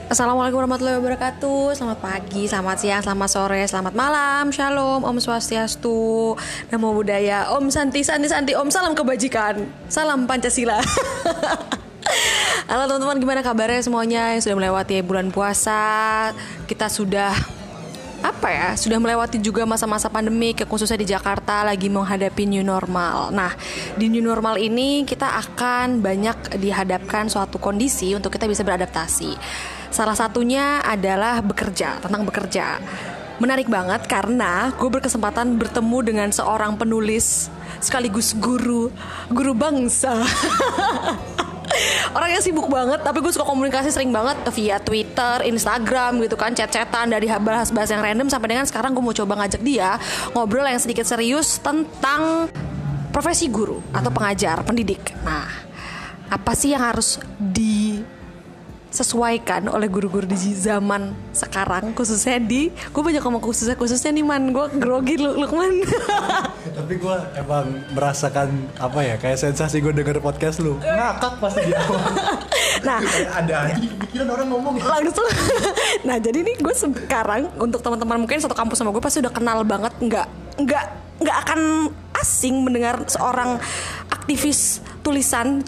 Assalamualaikum warahmatullahi wabarakatuh. Selamat pagi, selamat siang, selamat sore, selamat malam. Shalom, Om Swastiastu, Namo Buddhaya, Om Santi, Santi, Santi, Om Salam Kebajikan, Salam Pancasila. Halo teman-teman, gimana kabarnya semuanya yang sudah melewati bulan puasa? Kita sudah sudah melewati juga masa-masa pandemi, khususnya di Jakarta lagi menghadapi new normal. Nah, di new normal ini kita akan banyak dihadapkan suatu kondisi untuk kita bisa beradaptasi. Salah satunya adalah tentang bekerja. Menarik banget karena gue berkesempatan bertemu dengan seorang penulis sekaligus guru bangsa. Orang yang sibuk banget, tapi gue suka komunikasi sering banget via Twitter, Instagram gitu kan, chat-chatan dari bahas-bahas yang random sampai dengan sekarang gue mau coba ngajak dia ngobrol yang sedikit serius tentang profesi guru atau pengajar, pendidik. Nah, apa sih yang harus disesuaikan oleh guru-guru di zaman sekarang, khususnya gue banyak ngomong khususnya nih man, gue grogi Lukman. Tapi gue emang merasakan kayak sensasi gue denger podcast lu ngakak pasti di awal. Nah, ada aja pikiran orang ngomong langsung. Nah, jadi nih gue sekarang untuk teman-teman mungkin satu kampus sama gue pasti udah kenal banget, nggak akan asing mendengar seorang aktivis tulisan,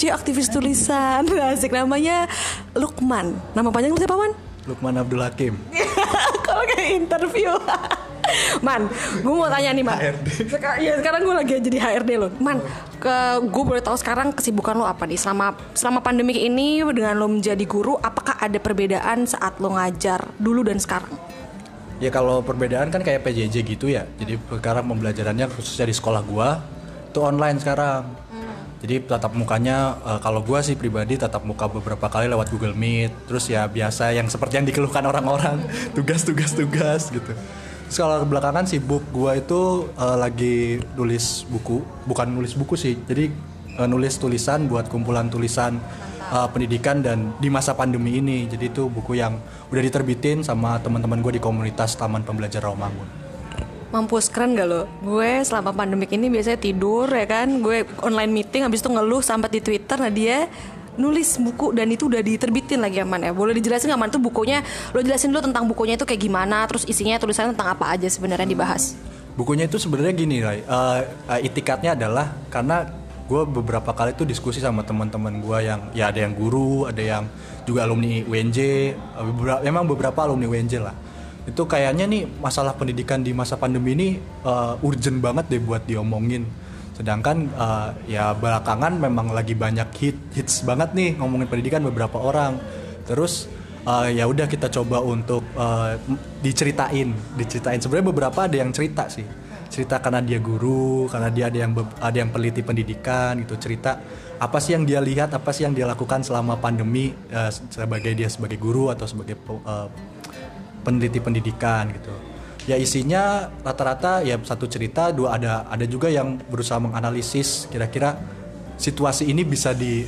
asik, namanya Lukman. Nama panjang lu siapa, Man? Lukman Abdul Hakim. Kalau kayak interview. Man, gue mau tanya nih, Man. HRD. Sekarang gue lagi jadi HRD lo. Man, gue boleh tahu sekarang kesibukan lo apa nih? Selama pandemi ini dengan lo menjadi guru, apakah ada perbedaan saat lo ngajar dulu dan sekarang? Ya kalau perbedaan kan kayak PJJ gitu ya. Jadi sekarang pembelajarannya khususnya di sekolah gue itu online sekarang. Jadi tatap mukanya kalau gue sih pribadi tatap muka beberapa kali lewat Google Meet. Terus ya biasa yang seperti yang dikeluhkan orang-orang, tugas gitu. Terus kalau belakangan sibuk gue itu lagi nulis buku, bukan nulis buku sih. Jadi nulis tulisan buat kumpulan tulisan pendidikan dan di masa pandemi ini. Jadi itu buku yang udah diterbitin sama teman-teman gue di komunitas Taman Pembelajaran Rawamangun. Mampus, keren gak lo? Gue selama pandemik ini biasanya tidur ya kan, gue online meeting, habis itu ngeluh sampai di Twitter. Nah, dia nulis buku dan itu udah diterbitin lagi, Man ya. Boleh dijelasin gak, Man, itu bukunya? Lo jelasin dulu tentang bukunya itu kayak gimana, terus isinya tulisannya tentang apa aja sebenarnya dibahas. Bukunya itu sebenarnya gini, Ray. Itikatnya adalah karena gue beberapa kali tuh diskusi sama teman-teman gue yang ya ada yang guru, ada yang juga alumni UNJ, memang beberapa alumni UNJ lah. Itu kayaknya nih masalah pendidikan di masa pandemi ini urgent banget deh buat diomongin. Sedangkan ya belakangan memang lagi banyak hits banget nih ngomongin pendidikan beberapa orang. Terus ya udah kita coba untuk diceritain. Sebenarnya beberapa ada yang cerita sih. Cerita karena dia guru, karena dia ada yang peneliti pendidikan gitu, cerita apa sih yang dia lihat, apa sih yang dia lakukan selama pandemi sebagai guru atau sebagai peneliti pendidikan gitu. Ya isinya rata-rata ya satu cerita, dua ada juga yang berusaha menganalisis kira-kira situasi ini bisa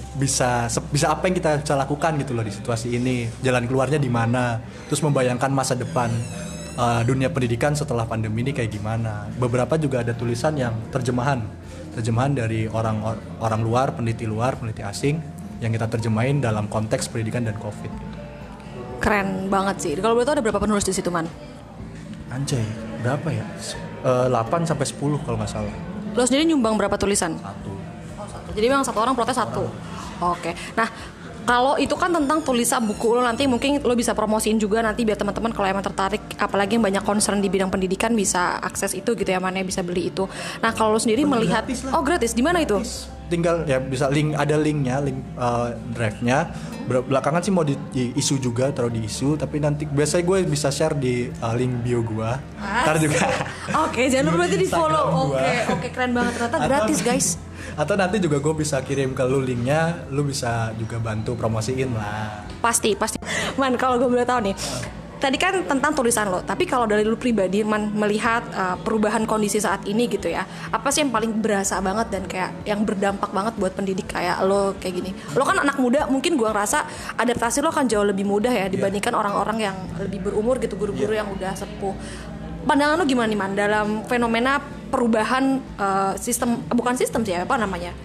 apa yang kita bisa lakukan gitu loh di situasi ini, jalan keluarnya di mana, terus membayangkan masa depan dunia pendidikan setelah pandemi ini kayak gimana. Beberapa juga ada tulisan yang terjemahan dari orang luar, peneliti asing yang kita terjemahin dalam konteks pendidikan dan COVID gitu. Keren banget sih. Kalau boleh tahu ada berapa penulis di situ, Man? Anjay, berapa ya? 8 sampai 10 kalau nggak salah. Lo sendiri nyumbang berapa tulisan? 1. Jadi memang satu orang protes 1. Oke. Nah, kalau itu kan tentang tulisan buku lo, nanti mungkin lo bisa promosiin juga nanti biar teman-teman kalau emang tertarik, apalagi yang banyak concern di bidang pendidikan bisa akses itu gitu ya, mana bisa beli itu. Nah, kalau lo sendiri melihat gratis. Di mana itu? Tinggal ya bisa ada linknya, drive-nya. Belakangan sih mau di isu juga, taruh di isu, tapi nanti biasanya gue bisa share di link bio gue. Ntar juga. Oke, jangan lupa berarti di follow. Oke, keren banget, ternyata gratis guys. Atau nanti juga gue bisa kirim ke lu linknya, lu bisa juga bantu promosiin lah. Pasti. Man, kalau gue boleh tahu nih, tadi kan tentang tulisan lo, tapi kalau dari lu pribadi, Man, melihat perubahan kondisi saat ini gitu ya, apa sih yang paling berasa banget dan kayak yang berdampak banget buat pendidik kayak lo kayak gini? Lo kan anak muda, mungkin gue ngerasa adaptasi lo kan jauh lebih mudah ya dibandingkan orang-orang yang lebih berumur gitu, guru-guru yang udah sepuh. Pandangan lo gimana nih, Man, dalam fenomena perubahan sistem, bukan sistem sih, apa namanya?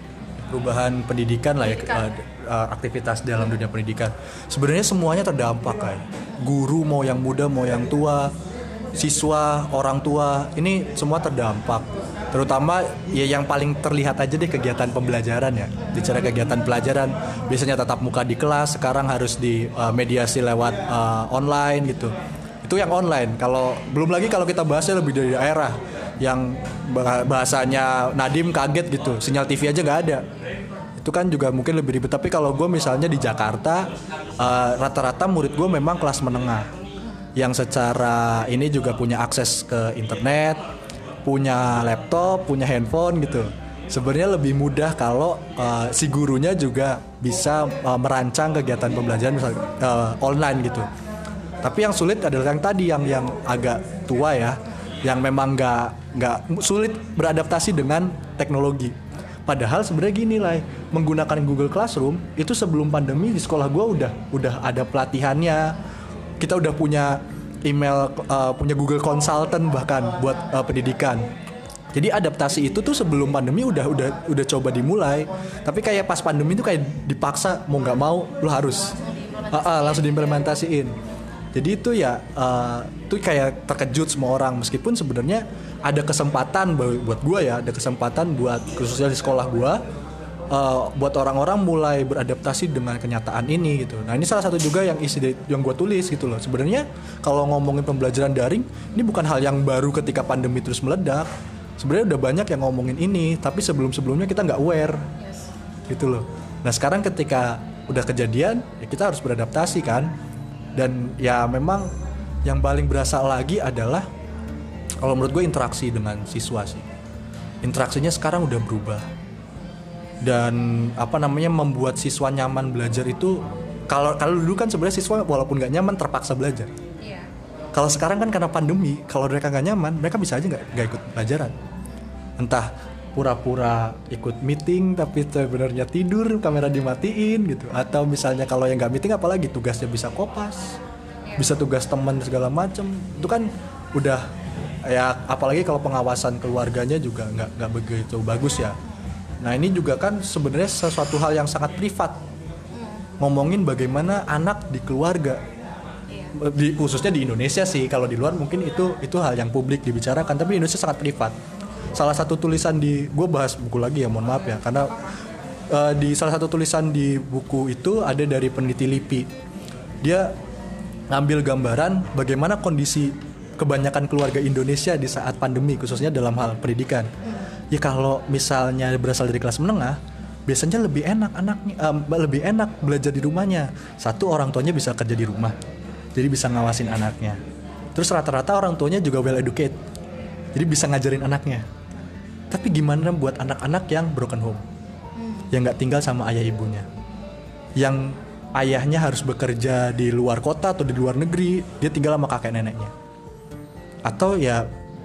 perubahan pendidikan lah ya, aktivitas dalam dunia pendidikan. Sebenarnya semuanya terdampak kayak guru mau yang muda mau yang tua, siswa, orang tua, ini semua terdampak. Terutama ya yang paling terlihat aja deh kegiatan pembelajaran ya. Bicara kegiatan pelajaran, biasanya tatap muka di kelas, sekarang harus di mediasi lewat online gitu. Itu yang online. Kalau belum lagi kalau kita bahasnya lebih dari daerah, yang bahasanya Nadim kaget gitu, sinyal TV aja nggak ada. Itu kan juga mungkin lebih ribet. Tapi kalau gue misalnya di Jakarta, rata-rata murid gue memang kelas menengah, yang secara ini juga punya akses ke internet, punya laptop, punya handphone gitu. Sebenarnya lebih mudah kalau si gurunya juga bisa merancang kegiatan pembelajaran misalnya online gitu. Tapi yang sulit adalah yang tadi yang agak tua ya, yang memang nggak sulit beradaptasi dengan teknologi. Padahal sebenarnya gini lah, menggunakan Google Classroom itu sebelum pandemi di sekolah gue udah ada pelatihannya. Kita udah punya email, punya Google Consultant bahkan buat pendidikan. Jadi adaptasi itu tuh sebelum pandemi udah coba dimulai. Tapi kayak pas pandemi itu kayak dipaksa mau nggak mau lo harus langsung diimplementasiin. Jadi itu ya itu kayak terkejut semua orang, meskipun sebenarnya ada kesempatan buat gue ya, ada kesempatan buat khususnya di sekolah gue buat orang-orang mulai beradaptasi dengan kenyataan ini gitu. Nah ini salah satu juga yang gue tulis gitu loh. Sebenarnya kalau ngomongin pembelajaran daring, ini bukan hal yang baru ketika pandemi terus meledak. Sebenarnya udah banyak yang ngomongin ini, tapi sebelum-sebelumnya kita nggak aware gitu loh. Nah sekarang ketika udah kejadian, ya kita harus beradaptasi kan. Dan ya memang yang paling berasa lagi adalah kalau menurut gue interaksi dengan siswa sih. Interaksinya sekarang udah berubah. Dan membuat siswa nyaman belajar itu, kalau dulu kan sebenarnya siswa walaupun nggak nyaman terpaksa belajar. Yeah. Kalau sekarang kan karena pandemi, kalau mereka nggak nyaman, mereka bisa aja nggak ikut pelajaran. Entah pura-pura ikut meeting tapi sebenarnya tidur, kamera dimatiin gitu. Atau misalnya kalau yang nggak meeting apalagi tugasnya bisa kopas, bisa tugas teman segala macem. Itu kan udah ya, apalagi kalau pengawasan keluarganya juga nggak begitu bagus ya. Nah ini juga kan sebenarnya sesuatu hal yang sangat privat, ngomongin bagaimana anak di keluarga, khususnya di Indonesia sih. Kalau di luar mungkin itu hal yang publik dibicarakan, tapi di Indonesia sangat privat. Salah satu tulisan gue bahas buku lagi ya, mohon maaf ya, karena di salah satu tulisan di buku itu ada dari peneliti LIPI. Dia ngambil gambaran bagaimana kondisi kebanyakan keluarga Indonesia di saat pandemi, khususnya dalam hal pendidikan. Ya kalau misalnya berasal dari kelas menengah, biasanya lebih enak belajar di rumahnya. Satu, orang tuanya bisa kerja di rumah, jadi bisa ngawasin anaknya. Terus rata-rata orang tuanya juga well educated, jadi bisa ngajarin anaknya. Tapi gimana buat anak-anak yang broken home, yang nggak tinggal sama ayah ibunya, yang ayahnya harus bekerja di luar kota atau di luar negeri, dia tinggal sama kakek neneknya. Atau ya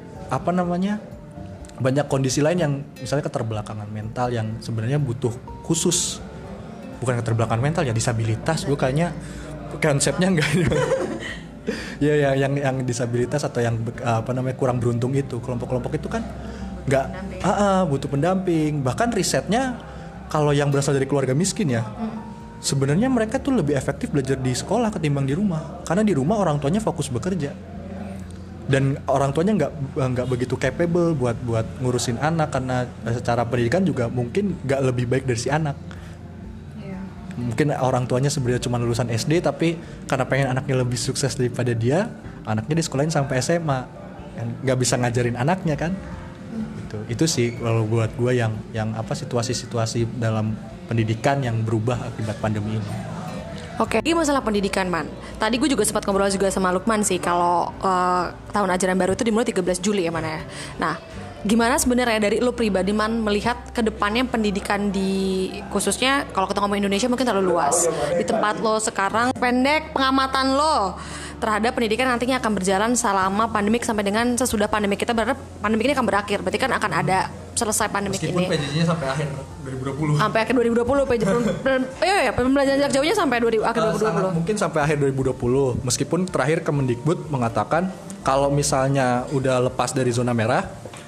banyak kondisi lain yang misalnya keterbelakangan mental yang sebenarnya butuh khusus. Bukan keterbelakangan mental ya, disabilitas. Gue kayaknya konsepnya enggak. Ya yang disabilitas atau yang kurang beruntung itu, kelompok-kelompok itu kan enggak butuh pendamping. Bahkan risetnya kalau yang berasal dari keluarga miskin ya, sebenarnya mereka tuh lebih efektif belajar di sekolah ketimbang di rumah. Karena di rumah orang tuanya fokus bekerja. Dan orang tuanya nggak begitu capable buat ngurusin anak, karena secara pendidikan juga mungkin nggak lebih baik dari si anak. Mungkin orang tuanya sebenarnya cuma lulusan SD, tapi karena pengen anaknya lebih sukses daripada dia, anaknya disekolahin sampai SMA, nggak bisa ngajarin anaknya kan. Itu sih kalau buat gue yang situasi-situasi dalam pendidikan yang berubah akibat pandemi ini. Oke, ini masalah pendidikan, Man. Tadi gue juga sempat ngobrol juga sama Lukman sih, kalau tahun ajaran baru itu dimulai 13 Juli ya, Man ya. Nah, gimana sebenarnya dari lo pribadi, Man, melihat ke depannya pendidikan di, khususnya kalau kita ngomong Indonesia mungkin terlalu luas. Di tempat lo sekarang, pendek pengamatan lo terhadap pendidikan nantinya akan berjalan selama pandemik sampai dengan sesudah pandemik. Kita berharap pandemik ini akan berakhir, berarti kan akan ada selesai pandemik ini. Meskipun PJJ-nya sampai akhir 2020. Sampai akhir 2020 PJJ. Pembelajaran jarak jauhnya sampai akhir 2020. Mungkin sampai akhir 2020. Meskipun terakhir Kemendikbud mengatakan kalau misalnya udah lepas dari zona merah,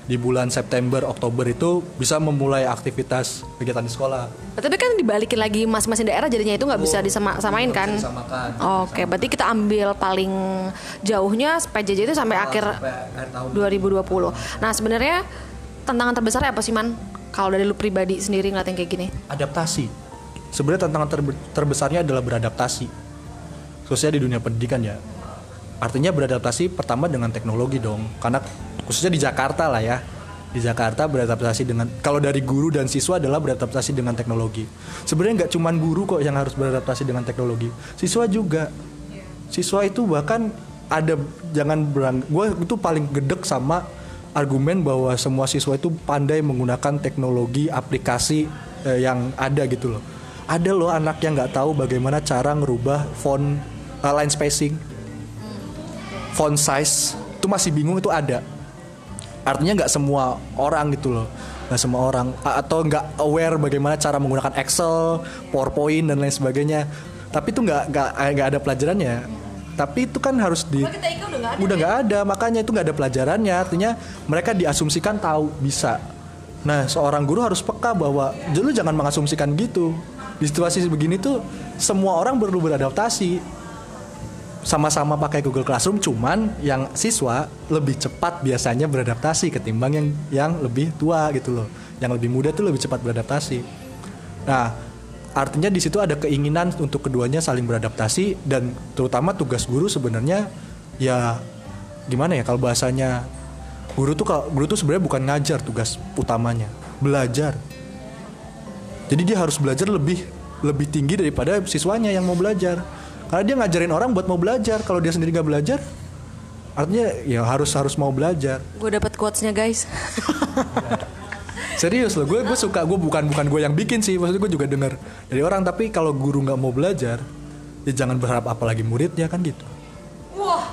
di bulan September Oktober itu bisa memulai aktivitas kegiatan di sekolah. Tapi kan dibalikin lagi masing-masing daerah jadinya itu nggak bisa disamain kan? Disamakan. Oke, berarti kita ambil paling jauhnya PJJ itu sampai akhir tahun 2020. Nah sebenarnya tantangan terbesar apa sih Man? Kalau dari lu pribadi sendiri ngeliatin kayak gini? Adaptasi. Sebenarnya tantangan terbesarnya adalah beradaptasi. Khususnya di dunia pendidikan ya. Artinya beradaptasi pertama dengan teknologi dong. Karena khususnya di Jakarta lah ya. Di Jakarta beradaptasi dengan, kalau dari guru dan siswa adalah beradaptasi dengan teknologi. Sebenarnya nggak cuma guru kok yang harus beradaptasi dengan teknologi. Siswa juga. Siswa itu bahkan ada, gue itu paling gedek sama argumen bahwa semua siswa itu pandai menggunakan teknologi aplikasi yang ada gitu loh. Ada loh anak yang nggak tahu bagaimana cara ngerubah font line spacing, font size, itu masih bingung, itu ada. Artinya nggak semua orang gitu loh, nggak semua orang atau nggak aware bagaimana cara menggunakan Excel, PowerPoint dan lain sebagainya. Tapi itu nggak ada pelajarannya. Tapi itu kan harus udah nggak ada, makanya itu nggak ada pelajarannya. Artinya mereka diasumsikan tahu bisa. Nah seorang guru harus peka bahwa lu jangan mengasumsikan gitu. Di situasi begini tuh semua orang perlu beradaptasi. Sama-sama pakai Google Classroom, cuman yang siswa lebih cepat biasanya beradaptasi ketimbang yang lebih tua gitu loh. Yang lebih muda tuh lebih cepat beradaptasi. Nah, artinya di situ ada keinginan untuk keduanya saling beradaptasi, dan terutama tugas guru sebenarnya ya gimana ya kalau bahasanya, guru tuh sebenarnya bukan ngajar, tugas utamanya belajar. Jadi dia harus belajar lebih tinggi daripada siswanya yang mau belajar. Karena dia ngajarin orang buat mau belajar. Kalau dia sendiri nggak belajar, artinya ya harus mau belajar. Gue dapat quotes-nya guys. Serius loh, gue suka. Gue bukan gue yang bikin sih, maksudnya gue juga dengar dari orang. Tapi kalau guru nggak mau belajar, ya jangan berharap apalagi muridnya kan gitu. Wah.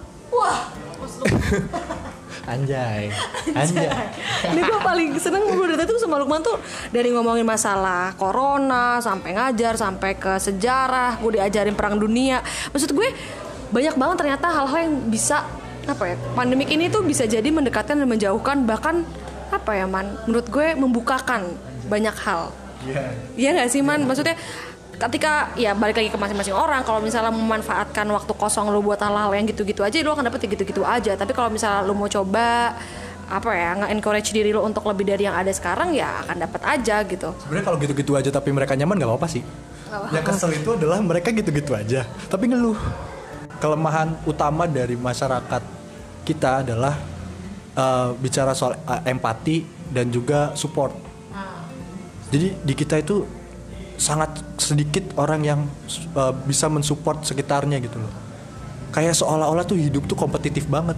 Anjay. Ini gue paling seneng ngobrol dari itu sama Lukman tuh, dari ngomongin masalah corona sampai ngajar sampai ke sejarah, gue diajarin perang dunia. Maksud gue banyak banget ternyata hal-hal yang bisa pandemik ini tuh bisa jadi mendekatkan dan menjauhkan, bahkan menurut gue membukakan banyak hal. Iya nggak sih Man? Maksudnya ketika ya balik lagi ke masing-masing orang, kalau misalnya memanfaatkan waktu kosong lo buat hal-hal yang gitu-gitu aja, lo akan dapet gitu-gitu aja. Tapi kalau misalnya lo mau coba nge-encourage diri lo untuk lebih dari yang ada sekarang, ya akan dapat aja gitu. Sebenarnya kalau gitu-gitu aja tapi mereka nyaman nggak apa-apa sih. Yang kesel itu adalah mereka gitu-gitu aja tapi ngeluh. Kelemahan utama dari masyarakat kita adalah bicara soal empati dan juga support. Jadi di kita itu sangat sedikit orang yang bisa mensupport sekitarnya gitu loh. Kayak seolah-olah tuh hidup tuh kompetitif banget.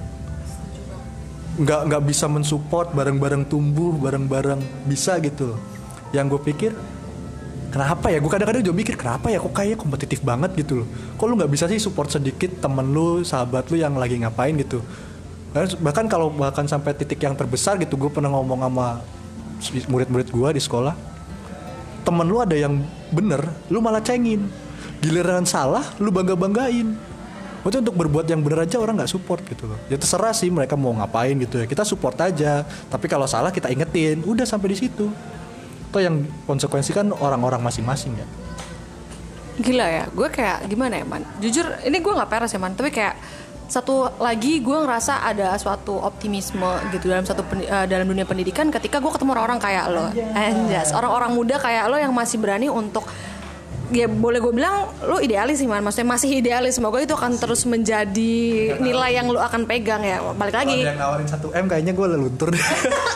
Nggak bisa mensupport bareng-bareng tumbuh, bareng-bareng bisa gitu loh. Yang gue pikir, kenapa ya? Gue kadang-kadang juga mikir, kenapa ya kok kayak kompetitif banget gitu loh. Kok lu nggak bisa sih support sedikit temen lu, sahabat lu yang lagi ngapain gitu. Bahkan sampai titik yang terbesar gitu, gue pernah ngomong sama murid-murid gue di sekolah, temen lu ada yang bener, lu malah cengin. Giliran salah, lu bangga-banggain. Maksudnya untuk berbuat yang bener aja orang gak support gitu loh. Ya terserah sih mereka mau ngapain gitu ya. Kita support aja. Tapi kalau salah kita ingetin. Udah sampai di situ. Itu yang konsekuensi kan orang-orang masing-masing ya. Gila ya, gue kayak gimana ya Man? Jujur ini gue gak peres ya Man, tapi kayak satu lagi gue ngerasa ada suatu optimisme gitu dalam dunia pendidikan ketika gue ketemu orang-orang kayak lo, anjas, orang-orang muda kayak lo yang masih berani untuk, ya boleh gue bilang lo idealis sih Man, maksudnya masih idealis. Semoga itu akan terus menjadi nilai yang lo akan pegang ya. Balik lagi. Kalau yang nawarin 1M kayaknya gue luntur deh.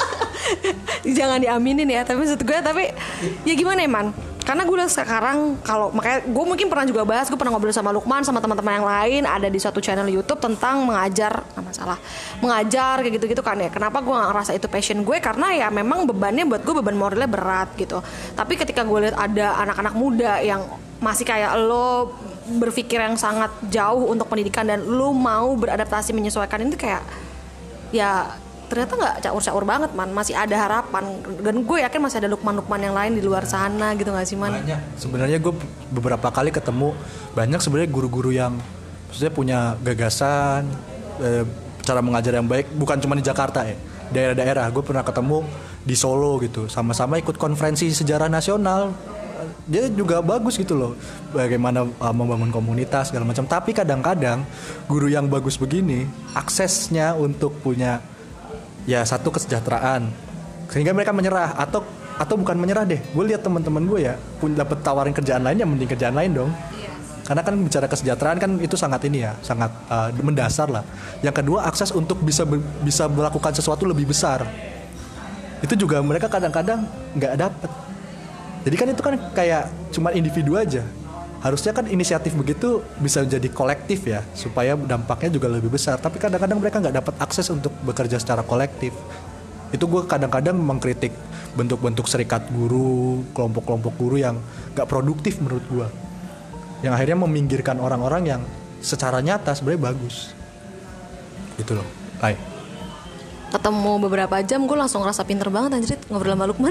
Jangan diaminin ya, tapi maksud gue, tapi ya gimana ya Man? Karena gue udah sekarang, kalau makanya gue mungkin pernah juga bahas, gue pernah ngobrol sama Lukman sama teman-teman yang lain ada di suatu channel YouTube tentang mengajar, mengajar kayak gitu-gitu kan ya. Kenapa gue nggak ngerasa itu passion gue? Karena ya memang bebannya buat gue, beban moralnya berat gitu. Tapi ketika gue lihat ada anak-anak muda yang masih kayak lo, berpikir yang sangat jauh untuk pendidikan dan lo mau beradaptasi menyesuaikan, itu kayak ya ternyata nggak caur-caur banget Man, masih ada harapan, dan gue yakin masih ada Lukman-Lukman yang lain di luar sana gitu nggak sih Man? Banyak. Sebenarnya gue beberapa kali ketemu banyak sebenarnya guru-guru yang maksudnya punya gagasan, cara mengajar yang baik, bukan cuma di Jakarta ya, daerah-daerah. Gue pernah ketemu di Solo gitu, sama-sama ikut konferensi sejarah nasional. Dia juga bagus gitu loh, bagaimana membangun komunitas segala macam. Tapi kadang-kadang guru yang bagus begini, aksesnya untuk punya ya satu kesejahteraan, sehingga mereka menyerah atau bukan menyerah deh. Gue lihat teman-teman gue ya pun dapat tawarin kerjaan lain, ya mending kerjaan lain dong. Karena kan bicara kesejahteraan kan itu sangat ini ya, sangat mendasar lah. Yang kedua, akses untuk bisa melakukan sesuatu lebih besar. Itu juga mereka kadang-kadang nggak dapet. Jadi kan itu kan kayak cuma individu aja. Harusnya kan inisiatif begitu bisa jadi kolektif ya, supaya dampaknya juga lebih besar. Tapi kadang-kadang mereka nggak dapat akses untuk bekerja secara kolektif. Itu gue kadang-kadang mengkritik bentuk-bentuk serikat guru, kelompok-kelompok guru yang nggak produktif menurut gue, yang akhirnya meminggirkan orang-orang yang secara nyata sebenarnya bagus. Gitu loh. Hai. Ketemu beberapa jam gue langsung ngerasa pinter banget anjir ngobrol sama Lukman.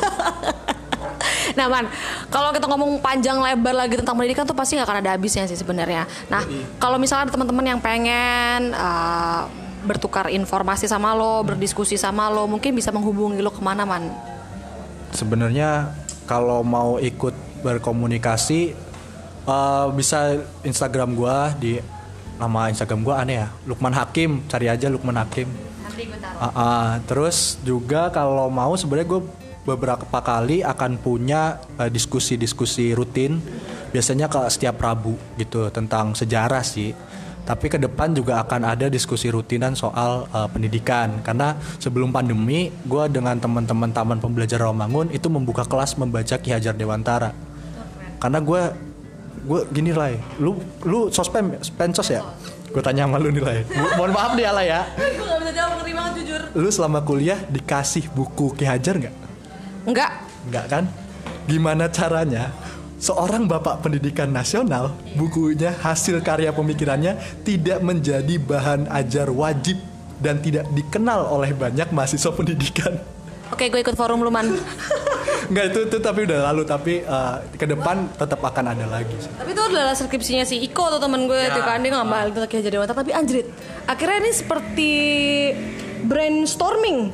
Nah Man, kalau kita ngomong panjang lebar lagi tentang pendidikan tuh pasti gak akan ada habisnya sih sebenarnya. Nah kalau misalnya ada teman-teman yang pengen bertukar informasi sama lo, berdiskusi sama lo, mungkin bisa menghubungi lo kemana Man? Sebenarnya kalau mau ikut berkomunikasi bisa Instagram gue, di nama Instagram gue aneh ya, Lukman Hakim, cari aja Lukman Hakim. Nanti gue taruh. Terus juga kalau mau sebenarnya gue beberapa kali akan punya diskusi-diskusi rutin, biasanya setiap Rabu gitu, tentang sejarah sih. Tapi ke depan juga akan ada diskusi rutinan soal pendidikan, karena sebelum pandemi gue dengan teman-teman Taman Pembelajaran Rawamangun itu membuka kelas membaca Ki Hajar Dewantara. Karena gue gini lah, lu pensos ya? Gue tanya sama lu nih lah. Mohon maaf nih Ala ya. Gue gak bisa jawab, ngeri banget jujur. Lu selama kuliah dikasih buku Ki Hajar nggak? Enggak kan? Gimana caranya seorang bapak pendidikan nasional bukunya, hasil karya pemikirannya tidak menjadi bahan ajar wajib dan tidak dikenal oleh banyak mahasiswa pendidikan? Oke, gue ikut forum lu Man. Enggak, itu tapi udah lalu. Tapi ke depan tetap akan ada lagi sih. Tapi itu adalah skripsinya si Iko tuh temen gue ya. Tuh kan dia ngambil tentang Ki Hajar Dewantara. Tapi anjrit, akhirnya ini seperti brainstorming.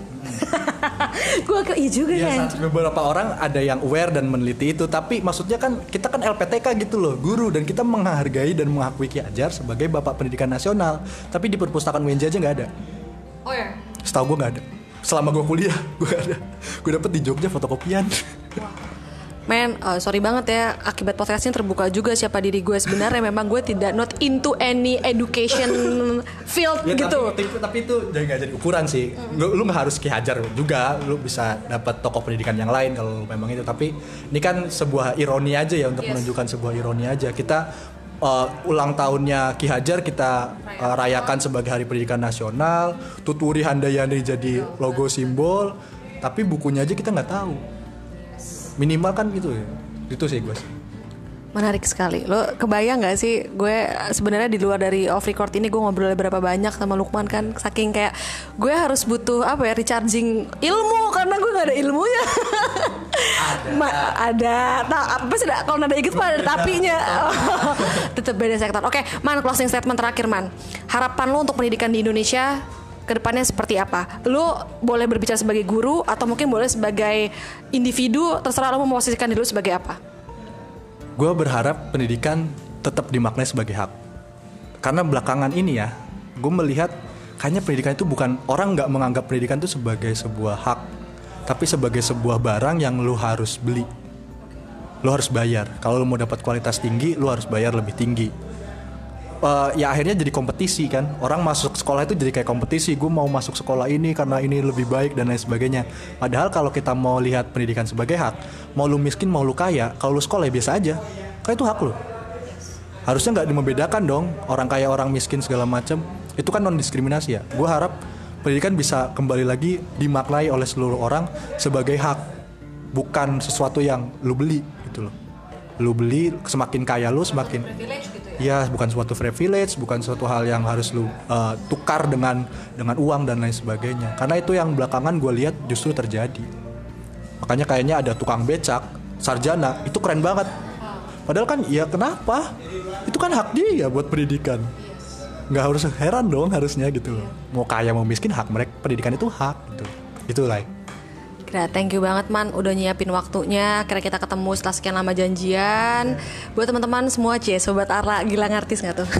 Gue iya juga ya. Beberapa orang ada yang aware dan meneliti itu. Tapi maksudnya kan kita kan LPTK gitu loh, guru, dan kita menghargai dan mengakui Ki Hajar sebagai bapak pendidikan nasional. Tapi di perpustakaan UNJ aja nggak ada. Oh ya? Setahu gue nggak ada. Selama gue kuliah gue gak ada. Gue dapet di Jogja fotokopian. Men, sorry banget ya, akibat podcast ini terbuka juga siapa diri gue. Sebenarnya memang gue tidak not into any education field ya, gitu. Tapi itu jadi gak jadi ukuran sih. Lu gak harus Ki Hajar juga, lu bisa dapat tokoh pendidikan yang lain kalau memang itu. Tapi ini kan sebuah ironi aja ya, untuk menunjukkan sebuah ironi aja. Kita ulang tahunnya Ki Hajar kita rayakan sebagai Hari Pendidikan Nasional. Tuturi Handayani jadi logo simbol, tapi bukunya aja kita nggak tahu. Minimal kan gitu ya. Itu sih gue sih. Menarik sekali. Lo kebayang gak sih, gue sebenarnya di luar dari off record ini gue ngobrol berapa banyak sama Lukman kan, saking kayak gue harus butuh recharging ilmu karena gue gak ada ilmunya. Ada. Nah, apa sih kalau ada ikut ada tapinya. Tetap beda sektor. Oke, Man, closing statement terakhir Man. Harapan lo untuk pendidikan di Indonesia kedepannya seperti apa? Lo boleh berbicara sebagai guru atau mungkin boleh sebagai individu, terserah lo mau memposisikan diri lo sebagai apa. Gue berharap pendidikan tetap dimaknai sebagai hak. Karena belakangan ini ya, gue melihat kayaknya pendidikan itu bukan, orang gak menganggap pendidikan itu sebagai sebuah hak, tapi sebagai sebuah barang yang lo harus beli. Lo harus bayar. Kalau lo mau dapat kualitas tinggi, lo harus bayar lebih tinggi. Ya akhirnya jadi kompetisi kan. Orang masuk sekolah itu jadi kayak kompetisi. Gue mau masuk sekolah ini karena ini lebih baik dan lain sebagainya. Padahal kalau kita mau lihat pendidikan sebagai hak, mau lu miskin mau lu kaya, kalau lu sekolah ya biasa aja. Kan itu hak lu. Harusnya nggak membedakan dong orang kaya orang miskin segala macam. Itu kan non diskriminasi ya. Gue harap pendidikan bisa kembali lagi dimaknai oleh seluruh orang sebagai hak, bukan sesuatu yang lu beli gitu loh. Lu beli, semakin kaya lu semakin ya, bukan suatu privilege, bukan suatu hal yang harus lu tukar dengan uang dan lain sebagainya. Karena itu yang belakangan gue lihat justru terjadi. Makanya kayaknya ada tukang becak sarjana, itu keren banget. Padahal kan ya kenapa? Itu kan hak dia buat pendidikan. nggak harus heran dong harusnya gitu loh. Mau kaya mau miskin hak mereka, pendidikan itu hak gitu. Itu lah. Kira thank you banget Man udah nyiapin waktunya. Kira kita ketemu setelah sekian lama janjian. Buat teman-teman semua Sobat Arla, gila ngartis gak tuh?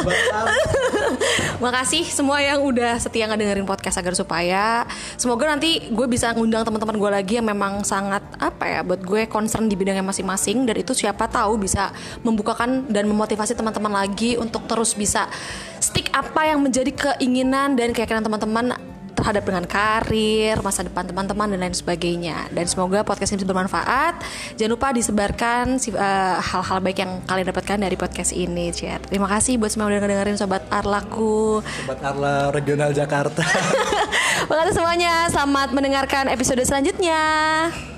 Makasih semua yang udah setia ngedengerin podcast Agar Supaya. Semoga nanti gue bisa ngundang teman-teman gue lagi yang memang sangat buat gue concern di bidangnya masing-masing. Dan itu siapa tahu bisa membukakan dan memotivasi teman-teman lagi untuk terus bisa stick apa yang menjadi keinginan dan keyakinan teman-teman terhadap dengan karir, masa depan teman-teman dan lain sebagainya. Dan semoga podcast ini bisa bermanfaat. Jangan lupa disebarkan hal-hal baik yang kalian dapatkan dari podcast ini, Chat. Terima kasih buat semua yang udah dengerin Sobat Arlaku, Sobat Arla Regional Jakarta. Makasih semuanya. Selamat mendengarkan episode selanjutnya.